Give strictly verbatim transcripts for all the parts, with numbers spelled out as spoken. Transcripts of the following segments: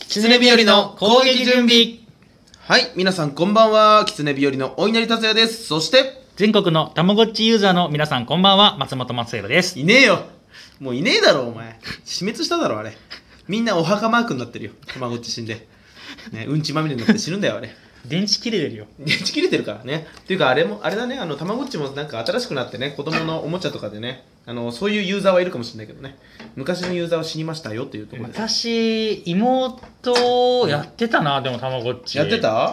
狐日和の攻撃準備。 はい、皆さんこんばんは。狐日和のお稲荷達也です。そして全国のたまごっちユーザーの皆さんこんばんは、松本松弘です。 いねえよ、もういねえだろお前。死滅しただろあれ。みんなお墓マークになってるよ、たまごっち死んで、ね、うんちまみれになって死ぬんだよあれ。 電池切れてるよ。 電池切れてるからね。っていうかあれもあれだね、あのたまごっちもなんか新しくなってね、子供のおもちゃとかでね、あのそういうユーザーはいるかもしれないけどね、昔のユーザーは死にましたよっていうところで。 昔妹やってたな、でもたまごっちやってた？ うん、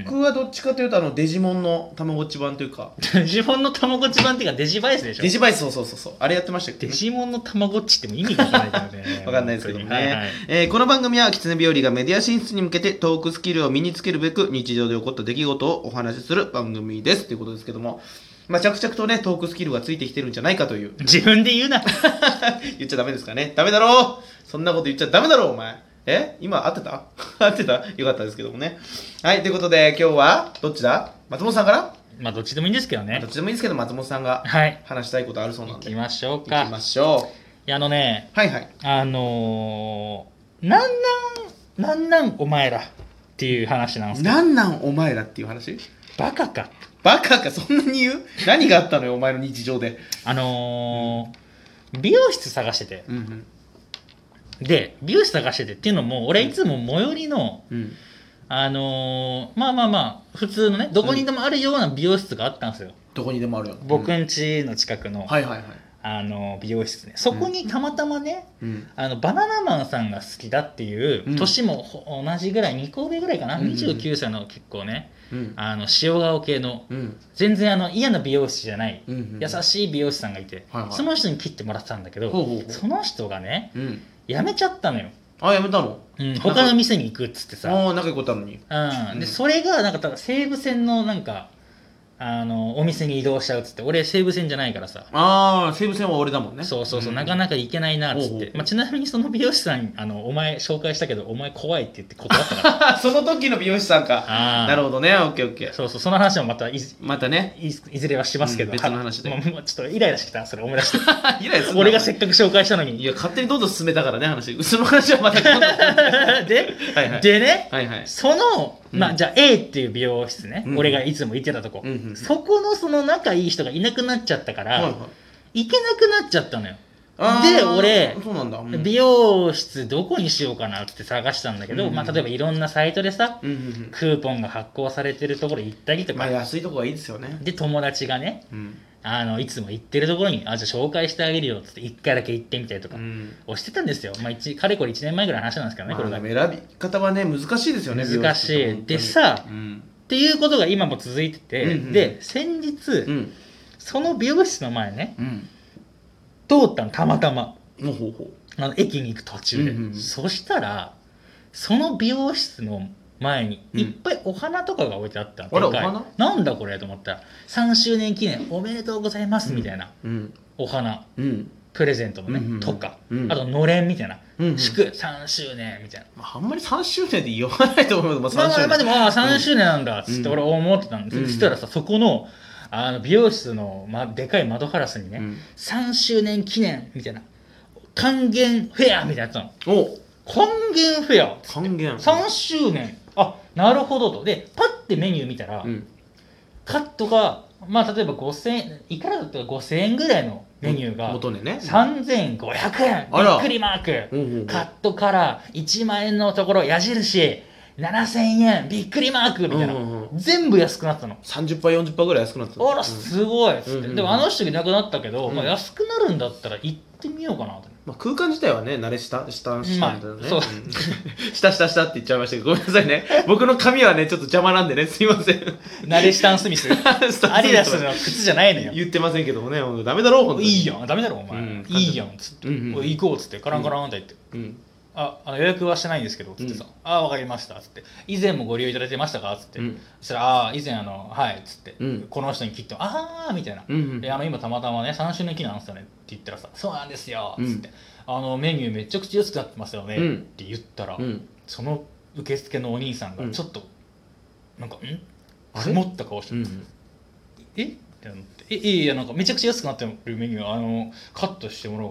僕はどっちかというとあのデジモンのたまごっち版というかデジモンのたまごっち版っていうかデジバイスでしょ。 デジバイス、そうそうそうそう、あれやってましたけど、ね、 デジモンのたまごっちっても意味がわからないけどね。 わかんないですけどもね、 はいはい、 えー、この番組は狐日和がメディア進出に向けてトークスキルを身につけるべく日常で起こった出来事をお話しする番組ですということですけども、まあ、着々とねトークスキルがついてきてるんじゃないかという。 自分で言うな。 言っちゃダメですかね。ダメだろう、そんなこと言っちゃダメだろうお前。え今合ってた合ってたよかったですけどもね。はい、ということで今日はどっちだ、松本さんから。 まあどっちでもいいんですけどね。 どっちでもいいですけど松本さんが話したいことあるそうなんで、 行きましょうか。 行きましょう。 いやあのね、 はいはい、 あのー、なんなんなんなんお前らっていう話なんですけど。 なんなんお前らっていう話。 バカか。 バカか、そんなに言う？何があったのよお前の日常で。 あのーうん、美容室探してて、うんうん、で美容室探しててっていうのも俺いつも最寄りの、うん、あのー、まあまあまあ普通のねどこにでもあるような美容室があったんですよ、うん、 どこにでもあるよ、 僕ん家の近くの、 はいはいはい、 あの美容室ね。そこにたまたまね、うん、あのバナナマンさんが好きだっていう、うん、年も同じぐらいにこ上ぐらいかな、うんうん、にじゅうきゅうさいの結構ね、うん、あの塩顔系の、うん、全然あの嫌な美容師じゃない、うんうん、優しい美容師さんがいて、はいはい、その人に切ってもらってたんだけど、ほうほうほう、その人がね、うん、辞めちゃったのよ。 あ、辞めたの？ うん、他の店に行くっつってさ。 ああ、仲良かったのに。 うん、でそれがなんかただ西武線のなんかあのお店に移動しちゃうっつって、俺西武線じゃないからさ。 ああ、西武線は俺だもんね。 そうそうそう、うん、なかなか行けないなっつって。まあ、ちなみにその美容師さんにあのお前紹介したけどお前怖いって言って断ったからその時の美容師さんか。なるほどね、オッケーオッケー。 そうそう、その話もまたいまたね い, い, いずれはしますけど、 うん、別の話で、 まあ、ちょっとイライラしてきた、それ思い出してイライラする俺がせっかく紹介したのに。 いや勝手にどんどん進めたからね話。その話はまた今度で、はいはい、でね、はいはい、そのまあ、じゃあ A っていう美容室ね、うん、俺がいつも行ってたとこ、うんうん、そこのその仲いい人がいなくなっちゃったから、はいはい、行けなくなっちゃったのよ。で俺そうなんだ、うん、美容室どこにしようかなって探したんだけど、うんうん、まあ、例えばいろんなサイトでさ、うんうんうん、クーポンが発行されてるところ行ったりとか、 まあ、安いとこがいいですよね。 で友達がね、うん、あのいつも行ってるところにあじゃあ紹介してあげるよっつっていっかいだけ行ってみたりとかをしてたんですよ、まあ、かれこれいちねんまえぐらいの話なんですけどね、まあ、これが選び方はね難しいですよね。 難しいでさ、うん、っていうことが今も続いてて、うんうん、で先日、うん、その美容室の前ね、うん、通ったのたまたま、ほうほうほう、あの駅に行く途中で、うんうんうん、そしたらその美容室の前にいっぱいお花とかが置いてあったの、うん、お花なんだこれと思ったらさんしゅうねん記念おめでとうございますみたいな、うん、お花、うん、プレゼントのね、うんうん、とか、うん、あとのれんみたいな、うんうん、祝さんしゅうねんみたいな、 まあ、あんまりさんしゅうねんで言わないと思うけど、まあ、さんしゅうねん、 まあまあでもあさんしゅうねんなんだっつって俺思ってたんですよ、うん、そしたらさそこのあの美容室の、ま、でかい窓ガラスにね、うん、さんしゅうねん記念みたいな還元フェアみたいなやつなの。お還元フェア還元さんしゅうねん、あなるほどと。でパッてメニュー見たら、うん、カットがまあ例えばごせんえんいくらだったらごせんえんぐらいのメニューが元値ねさんぜんごひゃくえんびっくりマーク、うんうんうん、カットからいちまんえんのところ矢印ななせんえんびっくりマークみたいな、うんうんうん、全部安くなったの。 さんじゅっパーセントよんじゅっパーセント ぐらい安くなったの。 あらすごいっつって、うんうんうん、でもあの人いなくなったけど、うん、まあ、安くなるんだったら行ってみようかなと。 まあ、空間自体はね慣れしたしたしたんだよね、 まあ、そうしたしたしたって言っちゃいましたけどごめんなさいね。僕の髪はねちょっと邪魔なんでねすいません。 慣れスタンスミスアディダスの靴じゃないのよ。 言ってませんけどもね、ダメだろう本当に。 いいやんダメだろお前、うん、いいやんっつって、うんうん、行こうっつってカランカランって言って、うんうんああの予約はしてないんですけどつってさ、うん、あ分かりましたつって以前もご利用いただいてましたかつって、うん、そしたらあ以前あのはいつって、うん、この人に切ってああみたいな、うんうん、であの今たまたまねさんしゅうねん記念なんですよねって言ったらさそうなんですよつって、うん、あのメニューめちゃくちゃ安くなってますよね、うん、って言ったら、うん、その受付のお兄さんがちょっと、うん、なんかん曇った顔して、うん、えってなってえいやなんかめちゃくちゃ安くなってるメニューあのカットしてもらおうかなと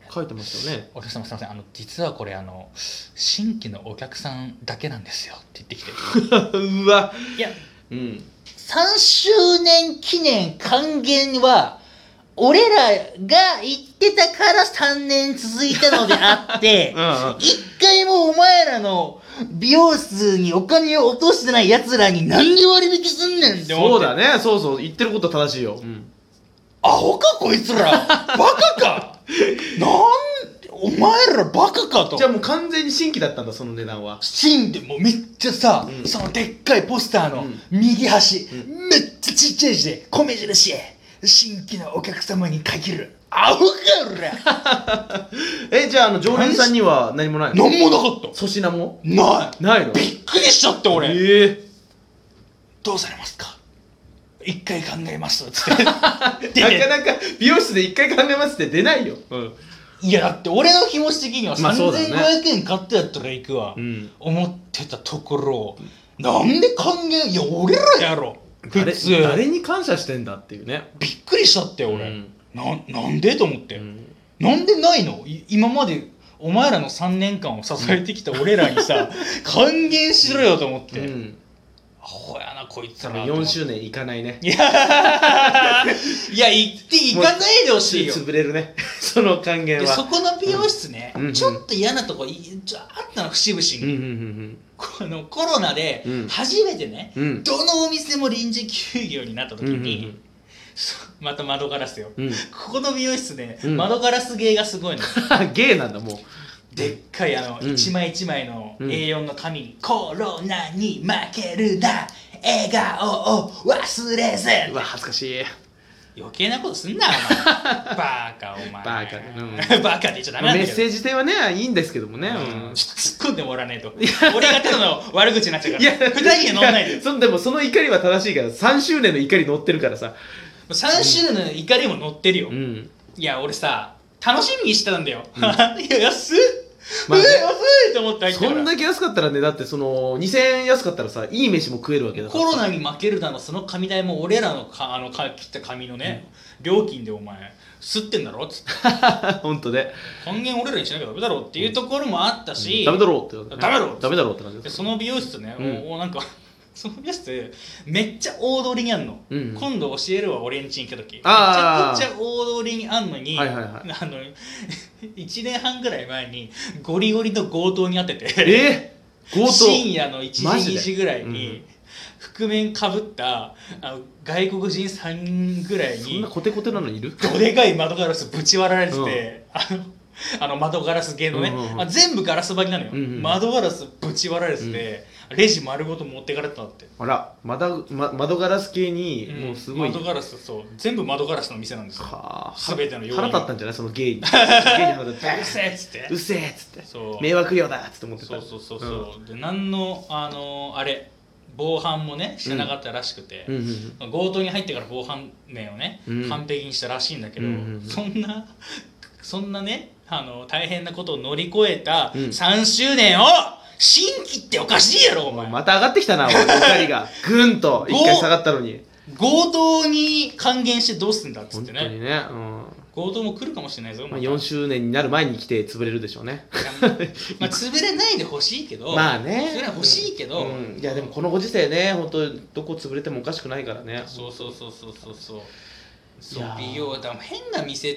書いてましたよね。 お客様すいません、あの実はこれあの新規のお客さんだけなんですよって言ってきてうわ、 いや、 うん、 さんしゅうねん記念還元は俺らが言ってたからさんねん続いたのであってうん、うん、一回もお前らの美容室にお金を落としてない奴らに何で割引すんねんって思って。 そうだね、そうそう、言ってること正しいよ、うん、 アホかこいつらバカかなんお前らバカかと。 じゃあもう完全に新規だったんだ、その値段は。 新でもうめっちゃさ、うん、そのでっかいポスターの右端、うん、めっちゃちっちゃい字で米印新規のお客様に限る。アホか俺え、じゃああの常連さんには何もないの？ 何もなかった。 粗品もないないの？ びっくりしちゃって俺。えー、 どうされますか？一回考えますっつってなかなか美容室で一回考えますって出ないよ、うん、 いやだって俺の気持ち的にはさんぜんごひゃくえん買ってやったら行くわ、うん、思ってたところなんで還元いや俺らやろ普通 誰, 誰に感謝してんだっていうね。 びっくりしちゃって俺、うん、な, なんでと思って、うん、なんでないの今までお前らのさんねんかんを支えてきた俺らにさ還元しろよと思って、うん、アホやなこいつら。 よんしゅうねんいかないね。 いやいや行っていかないでほしいよ。 潰れるねその還元は。 そこの美容室ね、うん、ちょっと嫌なとこちょあったの節々に、うんうんうん、このコロナで初めてね、うん、どのお店も臨時休業になった時に、うんうんうん、また窓ガラスよ、うん、ここの美容室ね、うん、窓ガラス芸がすごいの芸なんだもう。 でっかいあの、うん、一枚一枚の エーよん の紙に、うん、コロナに負けるな笑顔を忘れず。 うわ恥ずかしい。 余計なことすんなお前バカお前バカ、 うん、バカって言っちゃダメなんだけど。 メッセージ性はねいいんですけどもね、うん、 突っ込んでもらわねえと俺がただの悪口になっちゃうから。いやふたりに乗んないで。 そでもその怒りは正しいからさんしゅうねんの怒り乗ってるからさ。 さんしゅうねんの怒りも乗ってるよ、うん、いや俺さ楽しみにしてたんだよ、うん、いや安っまあね、安いと思って入ったから。 そんだけ安かったらね、だってそのにせんえん安かったらさいい飯も食えるわけだから。 コロナに負けるなのその紙代も俺らのかあのか切った紙のね、うん、料金でお前吸ってんだろっつってほんとね還元俺らにしなきゃダメだろっていうところもあったし、 うん、ダメだろうって、 ね、ダメだろダメだろうって感じでその美容室ね、うん、もうなんかその美容室めっちゃ大通りにあんの、うん、今度教えるわ俺んちに来た時めちゃくちゃ大通りにあんのに、はいはいはい、あのいちねんはんぐらい前にゴリゴリの強盗にあっててえー、強盗深夜のいちじにじぐらいに覆面かぶったあの外国人さんにんぐらいにそんなコテコテなのいるどでかい窓ガラスぶち割られてて、うん、あのあの窓ガラス系のね、うんうんうん、あ全部ガラス張りなのよ、うんうん、窓ガラスぶち割られてて、うん、レジ丸ごと持ってかれたって。あら 窓, ま、窓ガラス系にもうすごい、 うん、窓ガラスそう全部窓ガラスの店なんですよ。はあ、全ての腹立ったんじゃないそのゲイにゲイに腹立ってうっせえっつってうっせえっつってそう迷惑料だっつって思ってた。 そうそうそうそう、うん、で何のあのあれ防犯もねしてなかったらしくて、うんうんうん、強盗に入ってから防犯面をね、うん、完璧にしたらしいんだけど、うんうんうん、そんなそんなねあの大変なことを乗り越えたさんしゅうねんを新規っておかしいやろお前。 また上がってきたなお前怒りがぐんと一回下がったのに強盗に還元してどうすんだっつってね。 本当にね、うん、 強盗も来るかもしれないぞ、 まあ、よんしゅうねんになる前に来て潰れるでしょうねまあ潰れないでほしいけどまあねそれは欲しいけど、 うんうん、いやでもこのご時世ね本当どこ潰れてもおかしくないからね。 そうそうそうそうそうそうそう美容だ変な店って、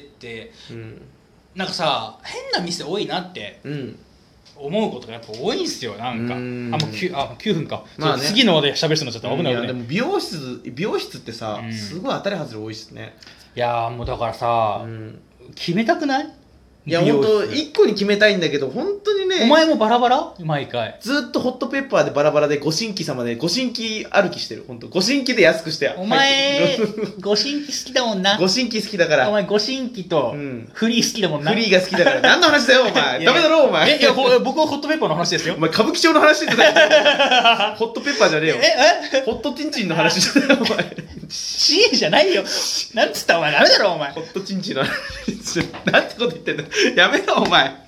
うん、なんかさ変な店多いなって思うことがやっぱ多いんすよなんか。うんあもう 9, あきゅうふんか、まあね、次の話で喋る人になっちゃった危ない危ない、うん、いやでも美容室美容室ってさ、うん、すごい当たり外れ多いっすね。 いやもうだからさ、うん、決めたくない？ いや本当一個に決めたいんだけど本当にねお前もバラバラ毎回ずっとホットペッパーでバラバラでご新規様でご新規歩きしてる本当ご新規で安くしてお前ご新規好きだもんなご新規好きだからお前ご新規とフリー好きだもんな、 フリーが好きだから何の話だよお前ダメだろお前えいや僕はホットペッパーの話ですよお前歌舞伎町の話してたよホットペッパーじゃねえよええホットチンチンの話してたよお前シーじゃないよなんつったお前ダメだろお前ホットチンチンの話なんてこと言ってんだやめろお前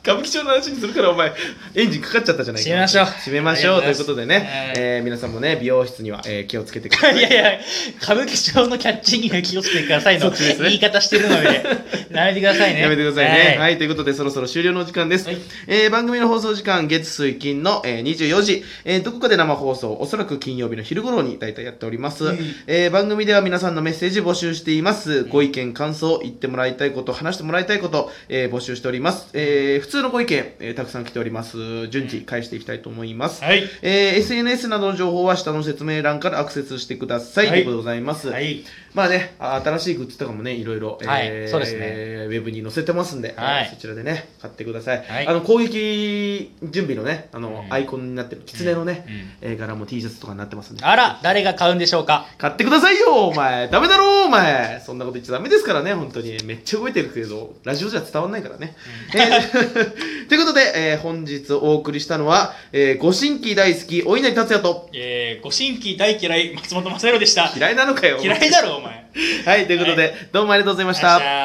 歌舞伎町の話にするからお前エンジンかかっちゃったじゃないか。 締めましょう締めましょうということでね、 はい、 えー、皆さんもね美容室には、えー、気をつけてください。 いやいや歌舞伎町のキャッチには気をつけてくださいの、ね、言い方してるのでやめてくださいね。 やめてくださいね、はい、はい、ということでそろそろ終了の時間です、はい、えー、番組の放送時間月水金の、えー、にじゅうよじ、えー、どこかで生放送おそらく金曜日の昼頃に大体やっております、うん、えー、番組では皆さんのメッセージ募集しています、うん、ご意見感想言ってもらいたいこと話してもらいたいこと、えー、募集しております、えー、普通のご意見、えー、たくさん来ております。順次返していきたいと思います、はい、えー、エスエヌエス などの情報は下の説明欄からアクセスしてください、はい、ということでございます、はい、まあね新しいグッズとかもねいろいろ、 はい、 えー、 そうですね、 ウェブに載せてますんで、はい、そちらでね買ってください、はい、あの攻撃準備のねあの、うん、アイコンになってる狐のね、うんうん、えー、柄も T シャツとかになってますんで、 あら誰が買うんでしょうか。 買ってくださいよお前。ダメだろお前。そんなこと言っちゃダメですからね。本当にめっちゃ動いてるけどラジオじゃ伝わんないからね、うん、えー、ということで、えー、本日お送りしたのは、えー、ご新規大好きお稲荷達也と、 えー、ご新規大嫌い松本正弘でした。 嫌いなのかよ。 嫌いだろお前。 はい、ということで、はい、どうもありがとうございました。